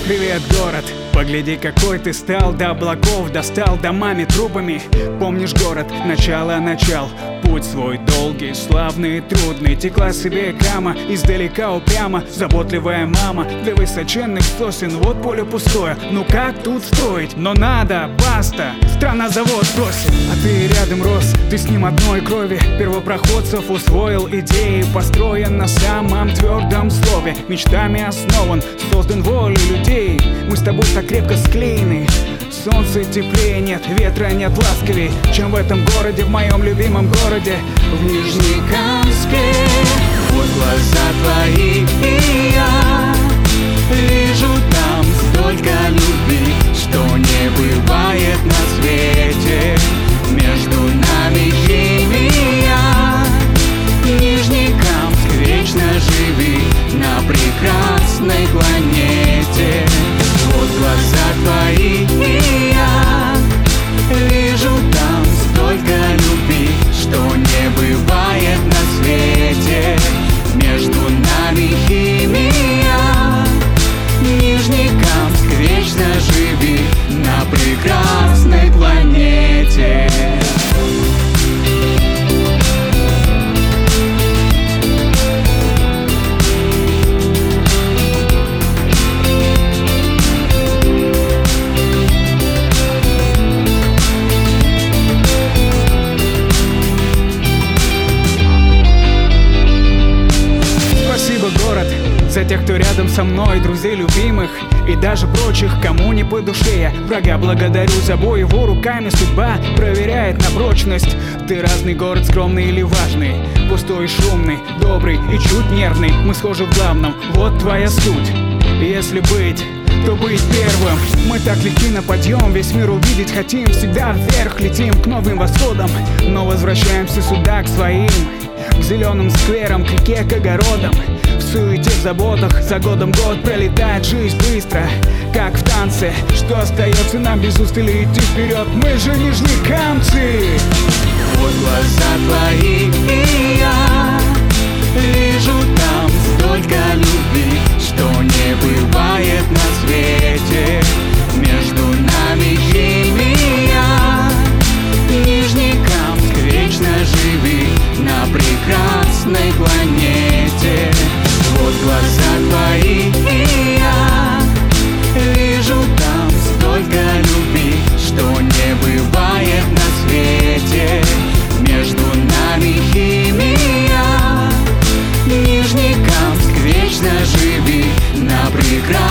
Привет, город, погляди, какой ты стал. До облаков достал домами, трубами. Помнишь город, начал. Путь свой долгий, славный и трудный. Текла себе кама, издалека упрямо. Заботливая мама для высоченных сосен. Вот поле пустое, ну как тут строить? Но надо, баста, страна завод бросит. А ты рядом рос, ты с ним одной крови. Первопроходцев усвоил идеи. Построен на самом твердом слове. Мечтами основан, создан волей людей. Мы с тобой так крепко склеены. Солнце теплее нет, ветра нет ласковей, чем в этом городе, в моем любимом городе, в Нижнекамске. Вот глаза твои, и я вижу там столько любви, что не бывает на свете. Между нами химия. Нижнекамск, вечно живи на прекрасной планете. Вот глаза твои, и я вижу там столько любви, что не бывает на свете. Между нами химия. Нижнекамск, вечно живи на прекрасной планете. За тех, кто рядом со мной, друзей любимых и даже прочих, кому не по душе я. Врага благодарю за бой, его руками судьба проверяет на прочность. Ты разный город, скромный или важный, пустой и шумный, добрый и чуть нервный. Мы схожи в главном, вот твоя суть. Если быть, то быть первым. Мы так легки на подъем, весь мир увидеть хотим. Всегда вверх летим к новым восходам, но возвращаемся сюда к своим, к зеленым скверам, к реке, к огородам. В суете, в заботах, за годом год пролетает жизнь быстро, как в танце. Что остается нам без устали идти вперед? Мы же нижнекамцы. Вот глаза твои, и я вижу там столько любви, что не бывает на свете. Между нами химия. Нижнекамск, вечно живи на прекрасной планете. Вот глаза твои, и я вижу там столько любви, что не бывает на свете. Между нами химия. Нижнекамск, вечно живи на прекрасной